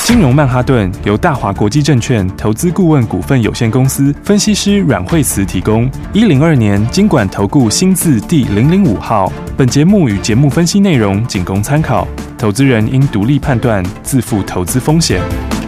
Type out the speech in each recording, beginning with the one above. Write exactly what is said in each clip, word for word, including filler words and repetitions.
金融曼哈顿由大华国际证券投资顾问股份有限公司分析师阮惠慈提供。一零二年金管投顾新字第零零五号。本节目与节目分析内容仅供参考，投资人应独立判断，自负投资风险。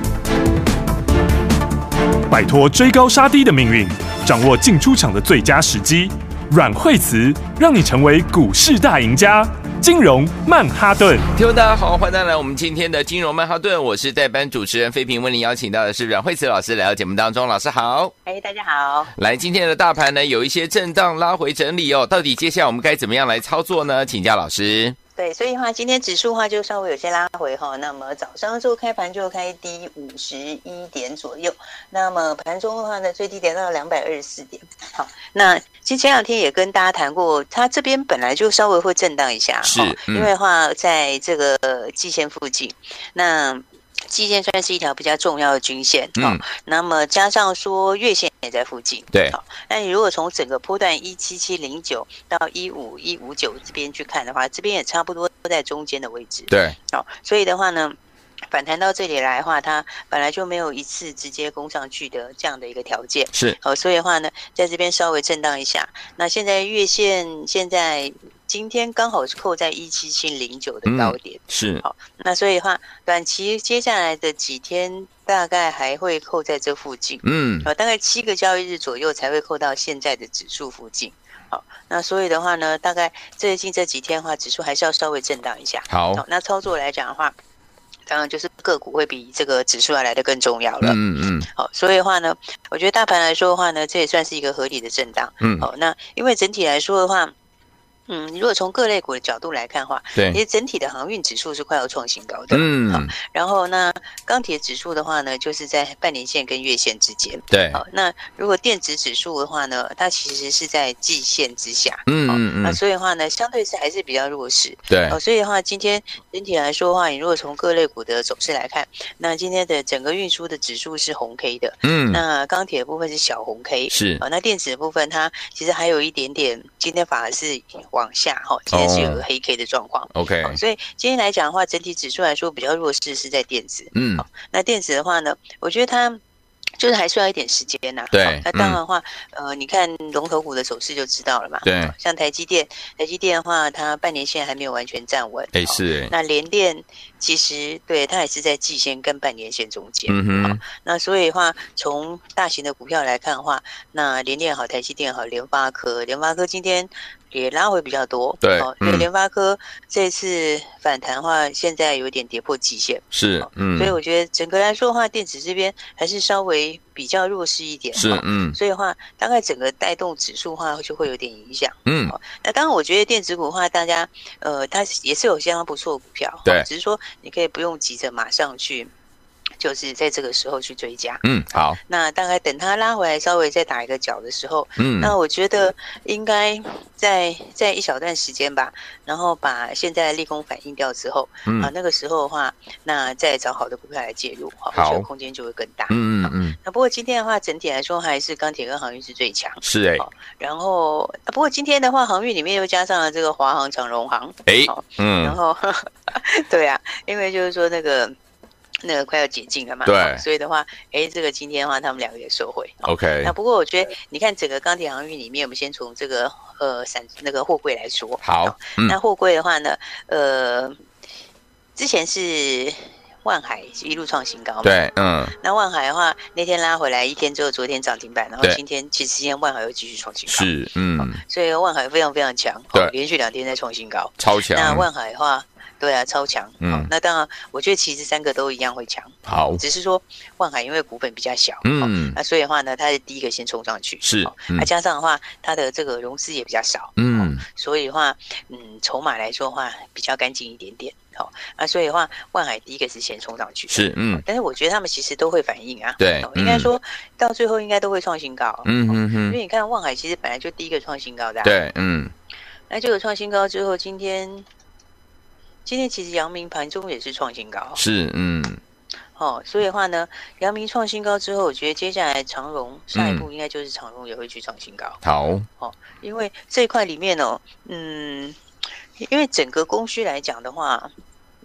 摆脱追高杀低的命运，掌握进出场的最佳时机。阮惠慈让你成为股市大赢家。金融曼哈顿， 听众大家好，欢迎来我们今天的金融曼哈顿，我是代班主持人飞平，为您邀请到的是阮惠慈老师来到节目当中。老师好。 哎，大家好。 来，今天的大盘呢有一些震荡拉回整理哦，到底接下来我们该怎么样来操作呢？请教老师。 对，所以的话，今天指数的话就稍微有些拉回哈。那么早上之后开盘就开低五十一点左右，那么盘中的话呢，最低点到两百二十四点。好，那其实前两天也跟大家谈过，它这边本来就稍微会震荡一下， 是，嗯、 因为的话在这个季线附近，那季线算是一条比较重要的均线，嗯、哦，那么加上说月线也在附近， 对， 好、哦，那你如果从整个波段一七七零九到一五一五九这边去看的话，这边也差不多在中间的位置， 对， 好、哦，所以的话呢，反弹到这里来的话，它本来就没有一次直接攻上去的这样的一个条件， 是， 好、哦，所以的话呢，在这边稍微震荡一下，那现在月线现在。今天刚好是扣在一七七零九的高点，嗯、 是好，那所以的话，短期接下来的几天大概还会扣在这附近，嗯，好，大概七个交易日左右才会扣到现在的指数附近，好，那所以的话呢，大概最近这几天的话，指数还是要稍微震荡一下， 好， 好，那操作来讲的话。当然，就是个股会比这个指数要来得更重要了。嗯嗯。好，所以的话呢，我觉得大盘来说的话呢，这也算是一个合理的震荡。嗯。好，那因为整体来说的话。嗯，如果从各类股的角度来看的话， 对， 其实整体的航运指数是快要创新高的。嗯，好，然后那钢铁指数的话呢，就是在半年线跟月线之间。 对， 好，那如果电子指数的话呢，它其实是在季线之下。 嗯嗯嗯。 那所以的话呢，相对是还是比较弱势。 对， 哦，所以的话，今天整体来说的话，你如果从各类股的走势来看，那今天的整个运输的指数是红 K 的。嗯，那钢铁的部分是小红 K。 是， 哦，那电子的部分它其实还有一点点，今天反而是。往下哈，今天是有个黑 K 的状况。 Oh, OK， 所以今天来讲的话，整体指数来说比较弱势是在电子。嗯，那电子的话呢，我觉得它。就是还需要一点时间呐、啊。 对， 那当然的话，嗯、呃，你看龙头股的走势就知道了嘛。 对， 像台积电，台积电的话，它半年线还没有完全站稳。 哎，是哎。 那联电其实对它也是在季线跟半年线中间。 嗯哼。 那所以的话，从大型的股票来看的话，那联电好，台积电好，联发科，联发科今天也拉回比较多。 对， 哦，因为联发科这次反弹的话，现在有点跌破季线。 是，嗯。 所以我觉得整个来说的话，电子这边还是稍微。比较弱势一点， 是嗯， 所以的话，大概整个带动指数的话就会有点影响， 嗯。 那当然，我觉得电子股的话，大家呃，它也是有相当不错的股票， 对， 只是说你可以不用急着马上去。就是在这个时候去追加， 嗯，好。 那大概等它拉回来，稍微再打一个脚的时候，嗯，那我觉得应该在在一小段时间吧，然后把现在的利空反映掉之后，嗯，啊，那个时候的话，那再找好的股票来介入，好，我觉得空间就会更大， 嗯嗯嗯。 那不过今天的话，整体来说还是钢铁跟航运是最强， 是哎、欸。 然后，啊、不过今天的话，航运里面又加上了这个华航、长荣航， 哎、欸，嗯， 然后，呵呵对啊，因为就是说那个。那个快要解禁了嘛， 对， 所以的话，哎，这个今天的话，他们两个也受惠。 OK， 那不过我觉得，你看整个钢铁航运里面，我们先从这个呃散那个货柜来说。 好， 嗯、那货柜的话呢，呃，之前是万海一路创新高嘛， 对，嗯。 那万海的话，那天拉回来一天之后，昨天涨停板，然后今天其实今天万海又继续创新高， 是，嗯、 哦，所以万海非常非常强， 对、 哦，连续两天在创新高， 超强。 那万海的话。对啊，超强。嗯、哦，那当然，我觉得其实三个都一样会强。 好， 只是说万海因为股本比较小，嗯，哦、那所以的话呢，它是第一个先冲上去。 是， 哦、嗯，那加上的话，它的这个融资也比较少，嗯、哦，所以的话，嗯，筹码来说的话比较干净一点点。好、哦，那所以的话，万海第一个是先冲上去。 是，嗯、哦， 但是我觉得他们其实都会反应啊。 对， 哦、应该说、嗯、到最后应该都会创新高。 嗯嗯嗯， 因为你看万海其实本来就第一个创新高的、啊。 对，嗯。 那这个创新高之后，今天。今天其实阳明盘中也是创新高， 是嗯， 哦，所以的话呢，阳明创新高之后，我觉得接下来长荣下一步应该就是长荣也会去创新高。 好， 哦，因为这一块里面哦，嗯，因为整个供需来讲的话，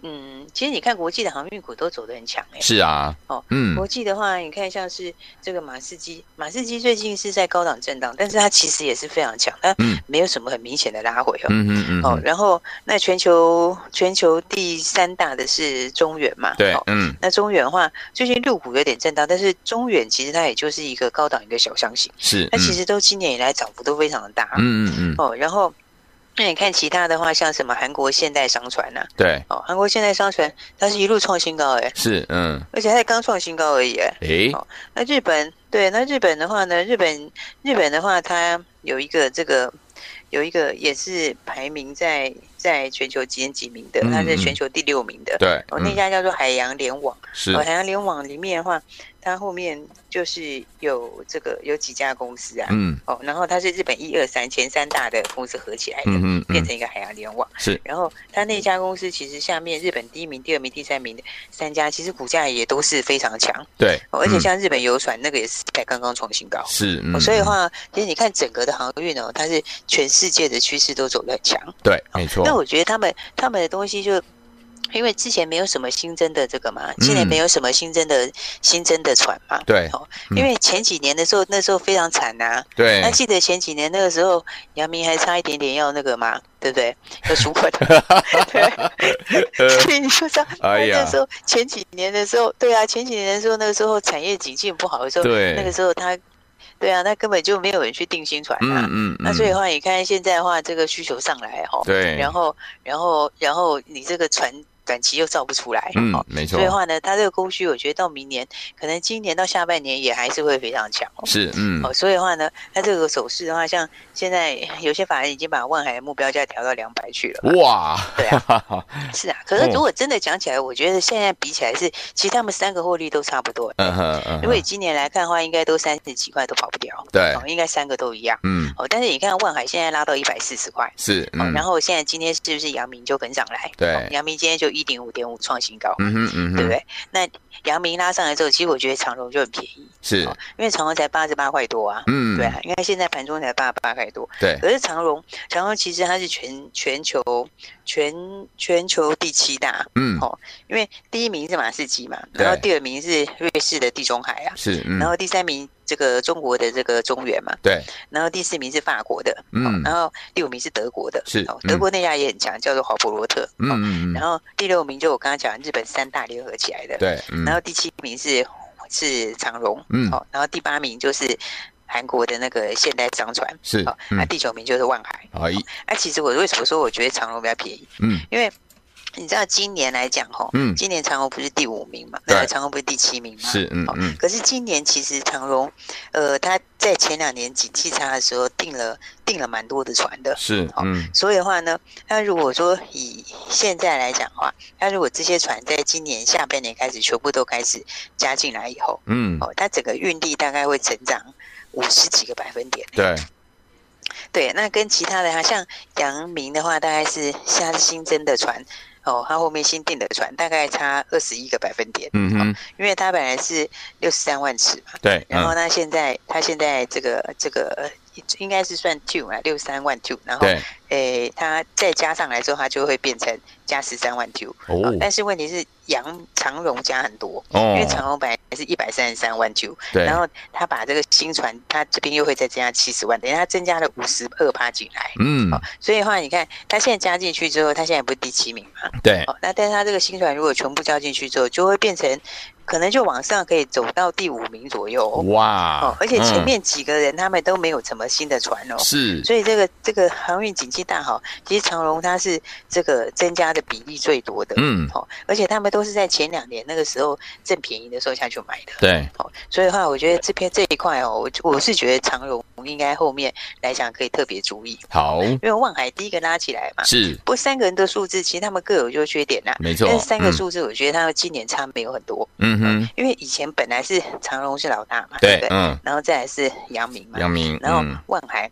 嗯，其实你看国际的航运股都走得很强哎、欸。 是啊， 哦，嗯，国际的话，你看像是这个马士基，马士基最近是在高档震荡，但是它其实也是非常强，它没有什么很明显的拉回哦。嗯嗯嗯。哦，然后那全球全球第三大的是中远嘛？ 对，嗯。 那中远的话，最近陆股有点震荡，但是中远其实它也就是一个高档一个小箱型， 是， 它其实都今年以来涨幅都非常的大。嗯嗯嗯。哦，然后。那你看其他的话，像什么韩国现代商船啊， 对， 哦，韩国现代商船它是一路创新高哎、欸， 是，嗯， 而且它才刚创新高而已哎、欸， 哎、 哦，那日本对，那日本的话呢，日本日本的话，它有一个这个有一个也是排名在在全球前几名的，嗯嗯它是全球第六名的， 对， 哦，那家叫做海洋联网， 是， 哦，海洋联网里面的话，它后面就是有这个有几家公司啊，嗯，哦，然后它是日本一二三前三大的公司合起来的，嗯嗯嗯变成一个海洋联网，是，然后它那家公司其实下面日本第一名、第二名、第三名的三家，其实股价也都是非常强， 对， 哦，而且像日本游船那个也是才刚刚创新高， 是，嗯哦，所以的话，其实你看整个的航运哦，它是全世界的趋势都走得很强， 对，没错。 那我觉得他们他们的东西就。因为之前没有什么新增的这个嘛，今年没有什么新增的、嗯、新增的船嘛， 对， 哦，因为前几年的时候，那时候非常惨呐、啊， 对， 那记得前几年那个时候，阳明还差一点点要那个嘛，对不对？要赎回，对，所以你就知道，哎呀，那时候前几年的时候，对啊，前几年的时候，那个时候产业景气不好的时候， 对， 那个时候他。对啊，那根本就没有人去订新船啊。嗯嗯。那所以的话，你看现在的话，这个需求上来哈， 对， 然后然后然后你这个船。短期又造不出来， 嗯，没错。 所以的话呢，它这个供需，我觉得到明年，可能今年到下半年也还是会非常强哦。 是，嗯， 哦，所以的话呢，它这个走势的话，像现在有些法人已经把万海的目标价调到两百去了。 哇， 对啊，是啊。可是如果真的讲起来，我觉得现在比起来是，其实他们三个获利都差不多。嗯哼嗯。因为今年来看的话，应该都三十几块都跑不掉。 对， 哦，应该三个都一样。嗯。哦，但是你看万海现在拉到一百四十块， 是， 哦，然后现在今天是不是阳明就跟上来？ 对， 阳明今天就一点五点五创新高， 嗯哼嗯哼， 对不对？那阳明拉上来之后，其实我觉得长荣就很便宜， 是， 哦，因为长荣才八十八块多啊，嗯，对啊，因为现在盘中才八十八块多， 对。 可是长荣，长荣其实它是全全球全全球第七大，嗯，哦，因为第一名是马士基嘛，然后第二名是瑞士的地中海啊， 是，嗯， 然后第三名这个中国的这个中原嘛， 对， 然后第四名是法国的，嗯，哦，然后第五名是德国的， 是， 哦，德国那家也很强，叫做华博罗特， 嗯嗯嗯， 然后第六名就我刚刚讲日本三大联合起来的， 对， 嗯，然后第七名是是长荣，嗯，好，哦，然后第八名就是韩国的那个现代商船， 是， 哦，嗯，啊，第九名就是万海， 哎， 哦，啊，其实我为什么说我觉得长荣比较便宜，嗯，因为你知道今年来讲哈，嗯，今年长荣不是第五名嘛，那长荣不是第七名嘛， 是，嗯嗯， 可是今年其实长荣，呃，他在前两年景气差的时候订了订了蛮多的船的， 是，嗯， 所以的话呢，他如果说以现在来讲的话，他如果这些船在今年下半年开始全部都开始加进来以后，嗯，哦，它整个运力大概会成长五十几个百分点， 对。 对，那跟其他的啊，像阳明的话，大概是它是新增的船。哦，它后面新订的船大概差二十一个百分点，嗯哼，哦，因为它本来是六十三万尺嘛， 对， 然后呢，现在它现在这个这个应该是算 two 啊，六十三万 two， 然后，诶，它再加上来之后，它就会变成加十三万 two，哦，哦，但是问题是阳长荣加很多，哦，因为长荣本来是一百三十三万 two， 对，然后它把这个新船，它这边又会再增加七十万，等于它增加了五十二趴进来，嗯，哦，所以的话，你看它现在加进去之后，它现在不是第七名嘛？ 对， 哦，那但是它这个新船如果全部交进去之后，就会变成可能就往上可以走到第五名左右，哦， 哇！ 哦，而且前面几个人他们都没有什么新的船哦， 是， 所以这个这个航运景气大好，其实长荣它是这个增加的比例最多的，嗯，哦，而且他们都是在前两年那个时候正便宜的时候下去买的， 对， 哦，所以的话，我觉得这篇这一块哦，我我是觉得长荣应该后面来讲可以特别注意， 好， 因为万海第一个拉起来嘛， 是， 不过三个人的数字其实他们各有优缺点啦， 没错， 但是三个数字我觉得他们今年差没有很多， 嗯哼， 因为以前本来是长荣是老大嘛， 对， 对不对？嗯，然后再来是阳明嘛， 阳明， 然后万海。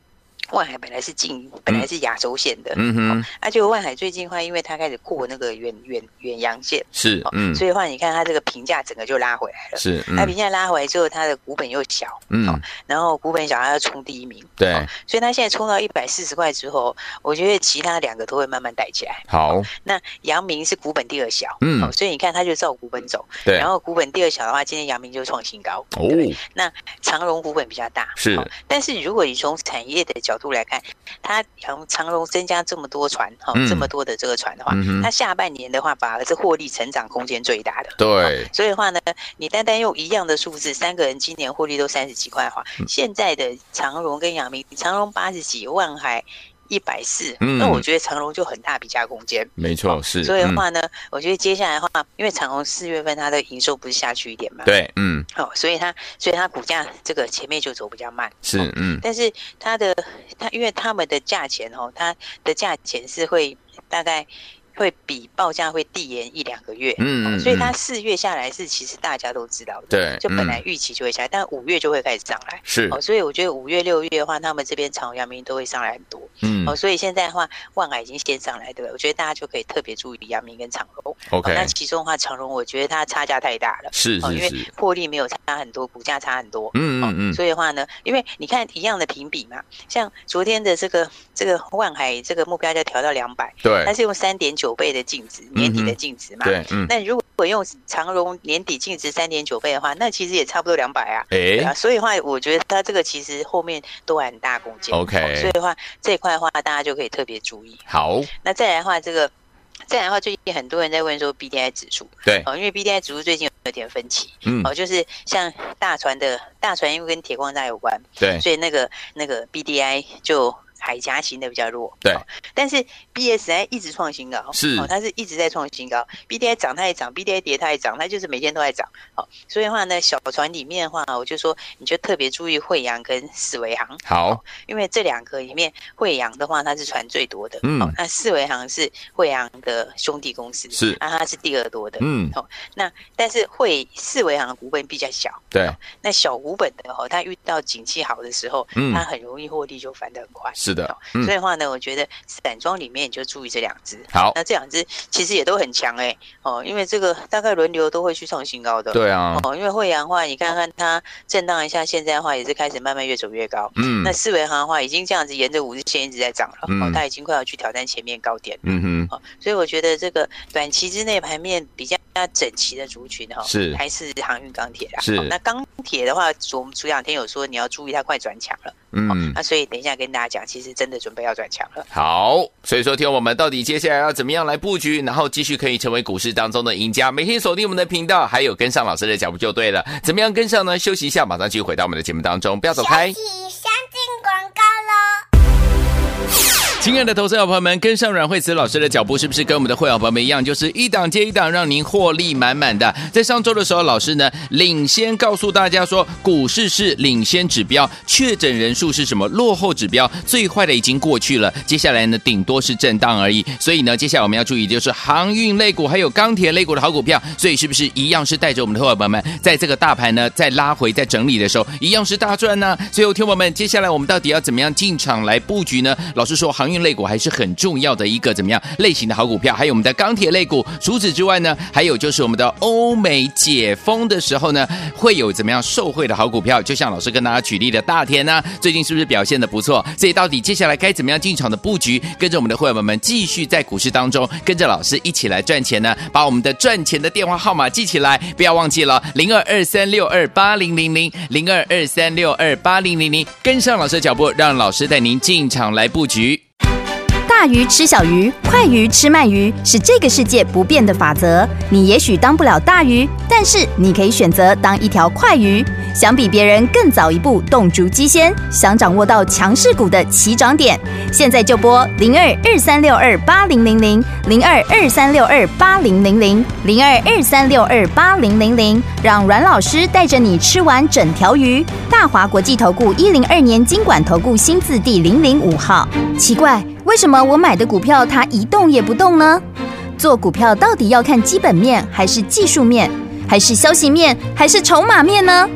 万海本来是进，本来是亚洲线的， 嗯哼， 而且、哦啊、万海最近的话，因为它开始过那个远远远洋线， 是，嗯， 所以的话，你看它这个评价整个就拉回来了， 是， 它评价拉回来之后，它的股本又小，嗯，哦、然后股本小，它要冲第一名， 对、 哦，所以它现在冲到一百四十块之后，我觉得其他两个都会慢慢带起来。 好， 哦、那阳明是股本第二小， 嗯、 哦，所以你看它就照股本走， 对， 然后股本第二小的话，今天阳明就创新高，哦，那长荣股本比较大， 是、 哦，但是如果你从产业的角度来看，它长长荣增加这么多船，哈、哦嗯，这么多的这个船的话，嗯、它下半年的话，反而是获利成长空间最大的， 对、 哦，所以的话呢，你单单用一样的数字，三个人今年获利都三十几块的话，嗯、现在的长荣跟阳明，长荣八十几，万海一百四，那我觉得长荣就很大比价空间， 没错，是。 所以的话呢，嗯、我觉得接下来的话，因为长荣四月份它的营收不是下去一点嘛， 对，嗯， 哦，所以它所以它股价这个前面就走比较慢， 是，嗯， 但是它的它因为他们的价钱哦，它的价钱是会大概。会比报价会递延一两个月，嗯、哦，所以它四月下来是其实大家都知道的， 对， 就本来预期就会下来，嗯、但五月就会开始上来， 是， 哦，所以我觉得五月六月的话，他们这边长荣阳明都会上来很多，嗯，哦，所以现在的话，万海已经先上来，对吧？我觉得大家就可以特别注意阳明跟长荣 ，OK，、 哦、那其中的话，长荣我觉得它差价太大了， 是是是、哦， 因为获利没有差很多，股价差很多， 嗯嗯嗯、 哦，所以的话呢，因为你看一样的评比嘛，像昨天的这个这个万海这个目标价调到两百， 对， 它是用三点九倍的净值。年底的净值嘛， 对，嗯， 那如果用长荣年底净值三点九倍的话，那其实也差不多两百啊， 哎、欸啊，所以的话，我觉得它这个其实后面都还很大空间 ，OK，、哦、 所以的话这一块的话，大家就可以特别注意。 好， 那再来的话，这个再来的话，最近很多人在问说 B D I 指数， 对， 哦，因为 B D I 指数最近有点分歧， 嗯， 哦，就是像大船的大船，因为跟铁矿砂有关， 对， 所以那个那个 B D I 就。海峡型的比较弱， 对、 哦，但是 B S I 一直创新高， 是， 哦，它是一直在创新高 ，B D I 涨它也涨 ，B D I 跌它也涨，它就是每天都在涨，哦，所以的话呢，小船里面的话，我就说你就特别注意惠阳跟四维航， 好、 哦，因为这两个里面惠阳的话它是船最多的， 嗯， 哦，那四维航是惠阳的兄弟公司， 是， 那它是第二多的， 嗯， 哦，那但是惠四维航的股本比较小， 对， 哦，那小股本的哦，它遇到景气好的时候， 嗯， 它很容易获利就翻得很快， 是的， 哦嗯、 所以的话。那我觉得散装里面你就注意这两只， 好， 那这两只其实也都很强哎、欸、哦，因为这个大概轮流都会去创新高的， 对啊， 哦，因为惠阳的话，你看看它震荡一下，现在的话也是开始慢慢越走越高， 嗯， 那四维航的话已经这样子沿着五日线一直在涨了， 嗯、 哦，它已经快要去挑战前面高点了， 嗯哼， 哦，所以我觉得这个短期之内盘面比较整齐的族群哈、哦， 是还是航运钢铁啦， 是、 哦，那钢铁的话，我们前两天有说你要注意它快转强了，嗯、哦，那所以等一下跟大家讲，其实真的准备要转强了， 好。所以说听我们到底接下来要怎么样来布局，然后继续可以成为股市当中的赢家，每天锁定我们的频道，还有跟上老师的脚步就对了。怎么样跟上呢？休息一下，马上继续回到我们的节目当中，不要走开。 休息，相进广告咯。 亲爱的投资者朋友们，跟上阮慧慈老师的脚步，是不是跟我们的会员朋友们一样，就是一档接一档，让您获利满满的？在上周的时候，老师呢领先告诉大家说，股市是领先指标，确诊人数是什么落后指标，最坏的已经过去了，接下来呢顶多是震荡而已。所以呢，接下来我们要注意就是航运类股还有钢铁类股的好股票，所以是不是一样是带着我们的会员朋友们，在这个大盘呢在拉回在整理的时候，一样是大赚呢？所以听友们，接下来我们到底要怎么样进场来布局呢？老师说，航运类股还是很重要的一个怎么样类型的好股票，还有我们的钢铁类股。除此之外呢，还有就是我们的欧美解封的时候呢，会有怎么样受惠的好股票，就像老师跟大家举例的大田啊，最近是不是表现得不错？所以到底接下来该怎么样进场的布局，跟着我们的会员们继续在股市当中跟着老师一起来赚钱呢？把我们的赚钱的电话号码记起来，不要忘记了零二二三六二八零零零 零二二三六二八零零零，跟上老师的脚步，让老师带您进场来布局。 大鱼吃小鱼，快鱼吃慢鱼，是这个世界不变的法则。你也许当不了大鱼，但是你可以选择当一条快鱼。想比别人更早一步动足机先，想掌握到强势股的起涨点，现在就拨零二二三六二八零零零 零二二三六二八零零零 零二二三六二八零零零，让阮老师带着你吃完整条鱼。大华国际投顾一零二年金管投顾新字第零零五号。奇怪，为什么我买的股票它一动也不动呢？做股票到底要看基本面，还是技术面，还是消息面，还是筹码面呢？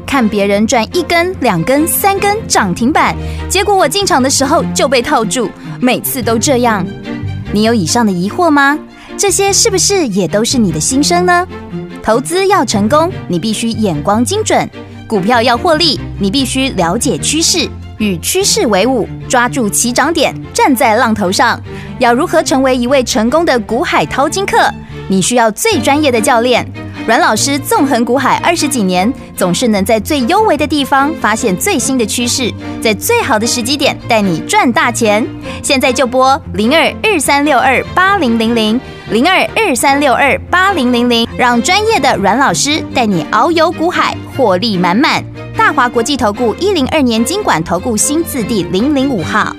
看别人赚一根、两根、三根涨停板，结果我进场的时候就被套住，每次都这样。你有以上的疑惑吗？这些是不是也都是你的心声呢？投资要成功，你必须眼光精准；股票要获利，你必须了解趋势，与趋势为伍，抓住起涨点，站在浪头上。要如何成为一位成功的股海淘金客？你需要最专业的教练。阮老师纵横股海二十几年，总是能在最优微的地方发现最新的趋势，在最好的时机点带你赚大钱。现在就拨零二二三六二八零零零零二二三六二八零零零，让专业的阮老师带你遨游股海，获利满满。大华国际投顾一零二年金管投顾新字第零零五号。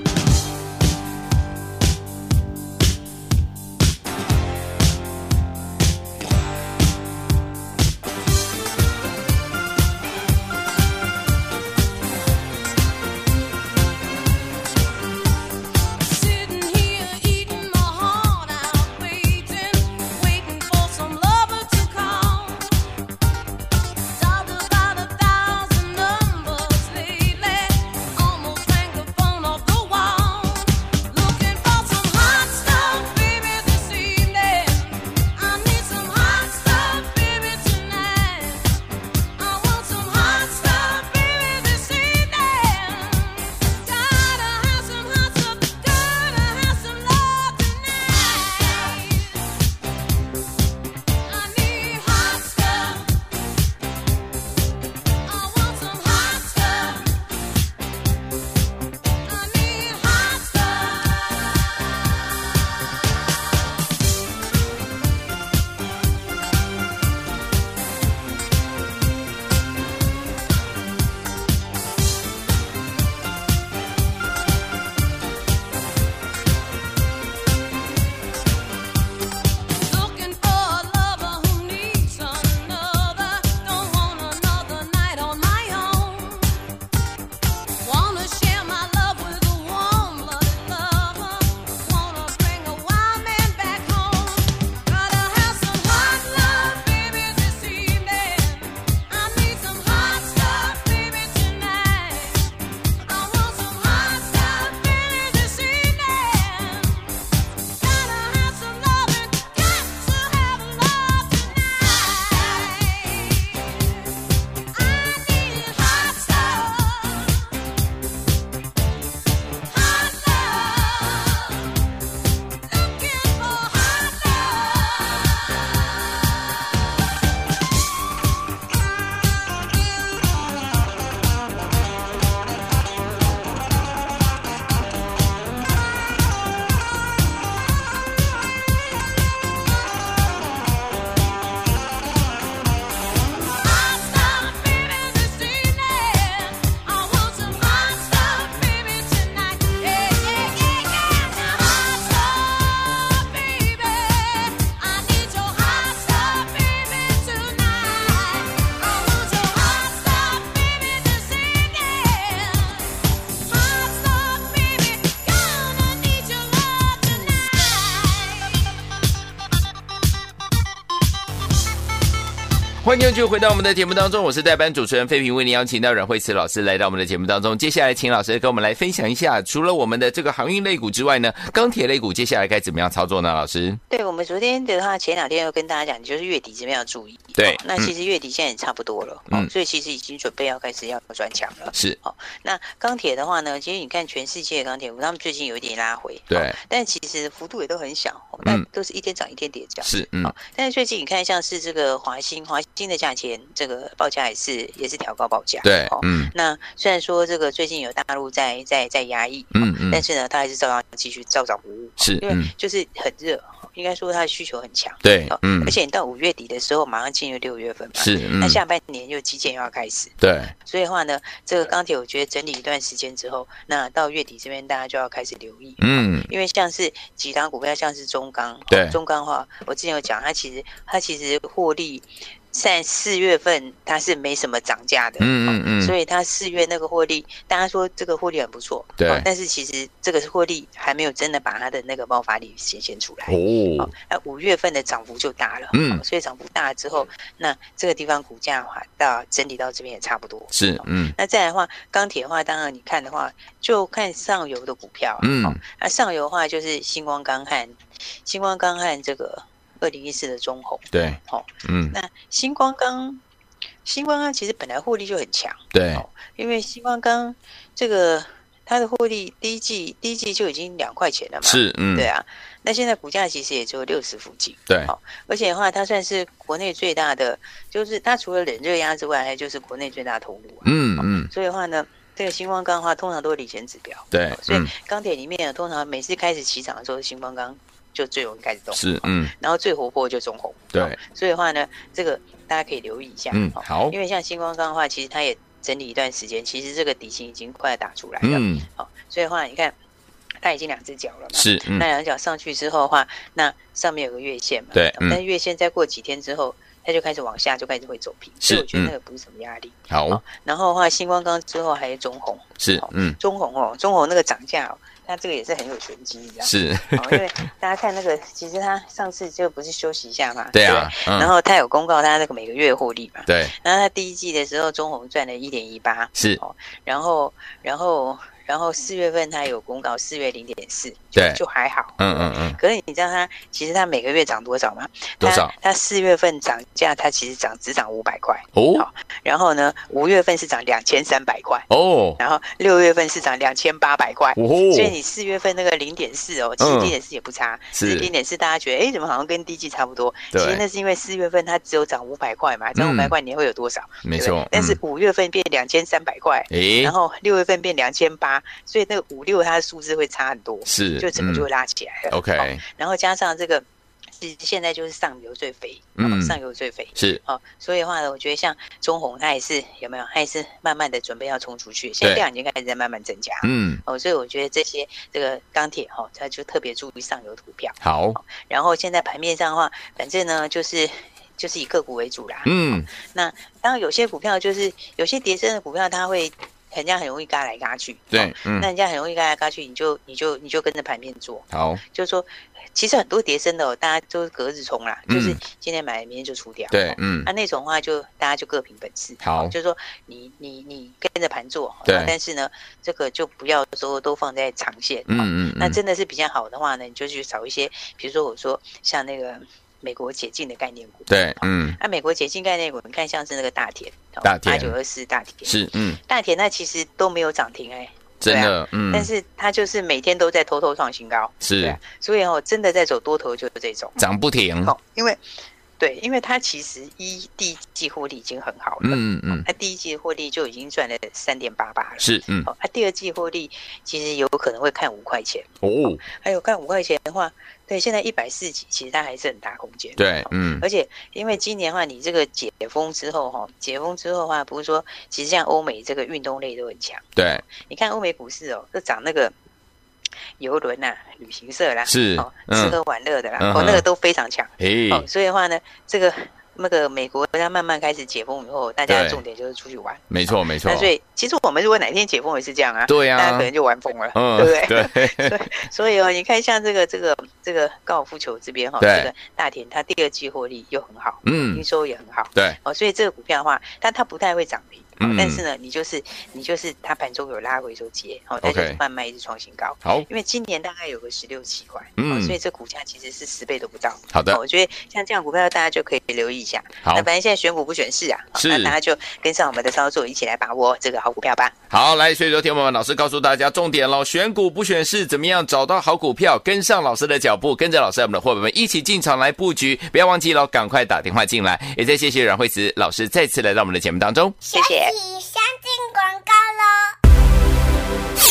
欢迎继续回到我们的节目当中，我是代班主持人费平，为您邀请到阮慧慈老师来到我们的节目当中。接下来请老师跟我们来分享一下，除了我们的这个航运类股之外呢，钢铁类股接下来该怎么样操作呢？老师， 对，我们昨天的话，前两天有跟大家讲，就是月底这边要注意。 对， 哦、那其实月底现在也差不多了，嗯、哦，所以其实已经准备要开始要转强了。 是， 好、哦，那钢铁的话呢，其实你看全世界的钢铁股，他们最近有一点拉回， 对， 哦、但其实幅度也都很小，哦、但都是一天涨一天跌这样。 是，嗯、 哦，但是最近你看，像是这个华兴，华兴的价钱。这个报价也是也是调高报价， 对，嗯， 那虽然说这个最近有大陆在在在压抑，嗯嗯，但是呢，它还是照样继续照涨不误， 是， 因为就是很热，应该说它的需求很强， 对，嗯， 而且你到五月底的时候，马上进入六月份嘛， 是， 那下半年又基建又要开始， 对， 所以的话呢，这个钢铁我觉得整理一段时间之后，那到月底这边大家就要开始留意，嗯，因为像是几档股票，像是中钢， 对， 中钢的话，我之前有讲，它其实它其实获利。 在四月份它是没什么涨价的， 嗯嗯嗯， 所以它四月那个获利，大家说这个获利很不错， 对， 哦，但是其实这个获利还没有真的把它的那个爆发力显现出来哦。 那五月份的涨幅就大了， 嗯， 哦，所以涨幅大了之后，那这个地方股价的话，到整理到这边也差不多， 是，嗯， 那再来的话，钢铁的话，当然你看的话，就看上游的股票， 嗯， 哦，那上游的话就是星光钢和星光钢和这个二零一四的中宏， 对， 哦， 嗯， 那星光钢，星光钢其实本来获利就很强， 对， 哦，因为星光钢这个它的获利第一季第一季就已经两块钱了嘛， 是，嗯， 对啊，那现在股价其实也只有六十附近， 对， 好，而且的话，它算是国内最大的，就是它除了冷热压之外，还就是国内最大的投入，啊， 嗯嗯， 所以的话呢，这个星光钢的话，通常都是领先指标， 对， 所以钢铁里面通常每次开始起涨的时候，星光钢就最容易开始动， 是，嗯， 然后最活泼就中红， 对， 所以的话呢，这个大家可以留意一下， 嗯，好， 因为像星光钢的话，其实它也整理一段时间，其实这个底型已经快打出来了， 嗯， 好，所以的话，你看它已经两只脚了嘛， 是，嗯， 那两只脚上去之后的话，那上面有个月线嘛， 对，嗯， 但是月线再过几天之后，它就开始往下，就开始会走平，所以我觉得那个不是什么压力。 好， 好，然后的话，星光钢之后还有中红， 是，嗯， 中红哦，中红那个涨价哦，它这个也是很有玄机，你知道吗？ 是， 哦，因为大家看那个，其实它上次就不是休息一下嘛， 对啊， 对，然后它有公告它那个每个月获利嘛， 对， 然后它第一季的时候，中红赚了一点一八， 是， 哦，然后，然后。然后四月份它有公告，四月零点四， 对， 就还好。 嗯嗯嗯。 可是你知道它其实它每个月涨多少吗？ 多少？ 它四月份涨价，它其实涨只涨五百块哦。 然后呢，五月份是涨两千三百块哦。 然后六月份是涨两千八百块哦。 所以你四月份那个零点四哦，其实零点四也不差，只是零点四大家觉得哎，怎么好像跟第一季差不多？其实那是因为四月份它只有涨五百块嘛，涨五百块你会有多少？ 没错。 但是五月份变两千三百块，然后六月份变两千八，所以那个五六它的数字会差很多， 是， 就整个就会拉起来了。 OK， 然后加上这个。现在就是上游最肥，嗯，上游最肥是哦，所以的话呢，我觉得像中红它也是有没有，它也是慢慢的准备要冲出去，现在量已经开始在慢慢增加，嗯，哦，所以我觉得这些这个钢铁哈，它就特别注意上游股票。 好， 哦，然后现在盘面上的话，反正呢就是就是以个股为主啦， 嗯， 哦，那当然有些股票就是有些跌升的股票，它会。人家很容易嘎来嘎去， 对， 哦，嗯，那人家很容易嘎来嘎去，你就你就你就跟着盘面做， 好， 就是说，其实很多跌升的哦，大家都是隔日冲啦，嗯，就是今天买，明天就出掉， 对，嗯， 那，啊，那种的话就大家就各凭本事， 好， 就是说你你你跟着盘做， 对， 但是呢，这个就不要说都放在长线， 嗯嗯，嗯， 那真的是比较好的话呢，你就去找一些，比如说我说像那个。美国解禁的概念股， 对，嗯， 那，啊，美国解禁概念股，你看像是那个大田， 大田八九二四大田是，嗯， 大田那其实都没有涨停哎，欸， 真的，啊，嗯， 但是它就是每天都在偷偷创新高， 是， 啊，所以哦，真的在走多头就是这种涨不停， 哦，因为。对，因为它其实一第一季获利已经很好了， 嗯嗯， 它第一季获利就已经赚了三点八八了， 是，嗯， 它第二季获利其实有可能会看五块钱哦， 还有看五块钱的话，对，现在一百四几，其实它还是很大空间， 对，嗯， 而且因为今年的话，你这个解封之后哈，解封之后的话，不是说其实像欧美这个运动类都很强， 对， 你看欧美股市哦，都涨那个。游轮呐，旅行社啦， 是哦，吃喝玩乐的啦， 嗯， 哦，那个都非常强， 哦， 所以的话呢，这个那个美国它慢慢开始解封以后，大家的重点就是出去玩， 没错没错。 那所以其实我们如果哪天解封也是这样啊， 对啊， 大家可能就玩疯了， 嗯， 对不对？ 对， 所以所以哦，你看像这个这个这个高尔夫球这边哈，这个大田它第二季获利又很好，嗯，营收也很好， 对， 哦，所以这个股票的话，但它不太会涨停。嗯，但是呢，你就是你就是它盘中有拉回就接，哦，它就是慢慢一直创新高。 好， 因为今年大概有个十六七块，嗯，所以这股价其实是十倍都不到。 好的， 我觉得像这样股票大家就可以留意一下。 好， 那反正现在选股不选市啊， 是， 那大家就跟上我们的操作，一起来把握这个好股票吧。 好，来，所以昨天我们老师告诉大家重点喽，选股不选市，怎么样找到好股票，跟上老师的脚步，跟着老师我们的伙伴们一起进场来布局，不要忘记喽，赶快打电话进来。也再谢谢阮慧慈老师再次来到我们的节目当中， 谢谢。 相信广告喽。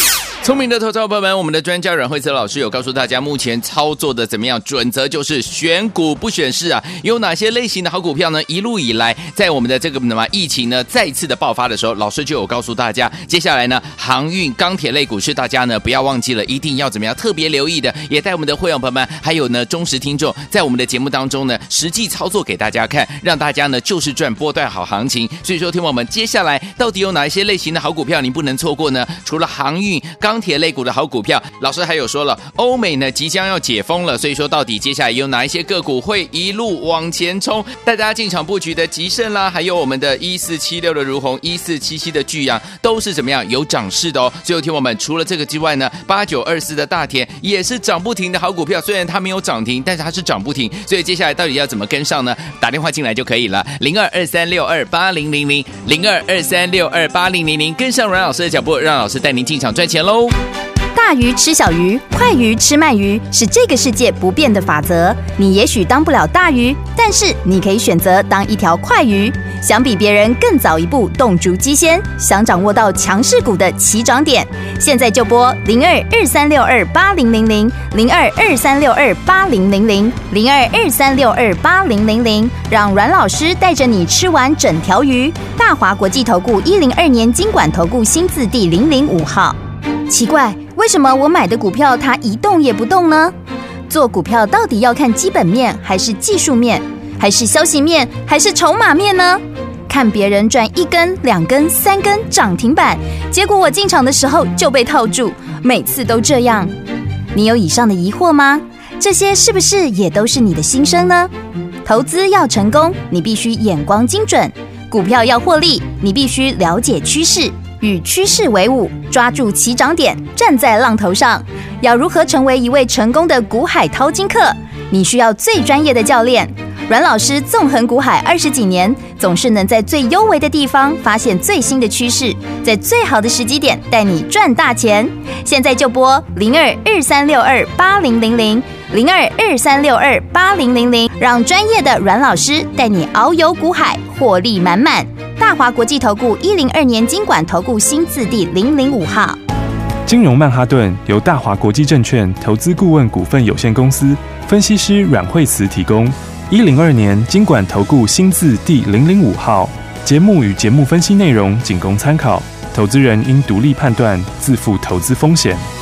聪明的投资者朋友们，我们的专家阮慧慈老师有告诉大家，目前操作的怎么样准则，就是选股不选市啊。有哪些类型的好股票呢？一路以来，在我们的这个什么疫情呢再次的爆发的时候，老师就有告诉大家，接下来呢，航运、钢铁类股市，大家呢不要忘记了，一定要怎么样特别留意的，也带我们的会员朋友们，还有呢忠实听众，在我们的节目当中呢，实际操作给大家看，让大家呢就是赚波段好行情。所以说，听我们接下来到底有哪一些类型的好股票，你不能错过呢？除了航运、钢铁类股的好股票，老师还有说了，欧美呢即将要解封了，所以说到底接下来有哪一些个股会一路往前冲，带大家进场布局的吉盛啦，还有我们的一四七六的如虹、一四七七的巨阳，都是怎么样有涨势的哦。最后听我们除了这个之外呢，八九二四的大田也是涨不停的好股票，虽然它没有涨停，但是它是涨不停，所以接下来到底要怎么跟上呢？打电话进来就可以了，零二二三六二八零零零，零二二三六二八零零零，跟上阮老师的脚步，让老师带您进场赚钱喽。 大鱼吃小鱼，快鱼吃慢鱼，是这个世界不变的法则。你也许当不了大鱼，但是你可以选择当一条快鱼。想比别人更早一步动足机先，想掌握到强势股的起涨点，现在就拨零二二三六二八零零零零二二三六二八零零零零二二三六二八零零零，让阮老师带着你吃完整条鱼。大华国际投顾一零二年金管投顾新字第零零五号。奇怪，为什么我买的股票它一动也不动呢？做股票到底要看基本面，还是技术面，还是消息面，还是筹码面呢？看别人赚一根、两根、三根涨停板，结果我进场的时候就被套住，每次都这样。你有以上的疑惑吗？这些是不是也都是你的心声呢？投资要成功，你必须眼光精准；股票要获利，你必须了解趋势。与趋势为伍，抓住起涨点，站在浪头上。要如何成为一位成功的股海淘金客？你需要最专业的教练。阮老师纵横股海二十几年，总是能在最优微的地方发现最新的趋势，在最好的时机点带你赚大钱。现在就拨零二二三六二八零零零零二二三六二八零零零，让专业的阮老师带你遨游股海，获利满满。大华国际投顾一零二年金管投顾新字第零零五号。 金融曼哈顿由大华国际证券投资顾问股份有限公司分析师阮慧慈提供。一零二年金管投顾新字第零零五号。节目与节目分析内容仅供参考，投资人应独立判断，自负投资风险。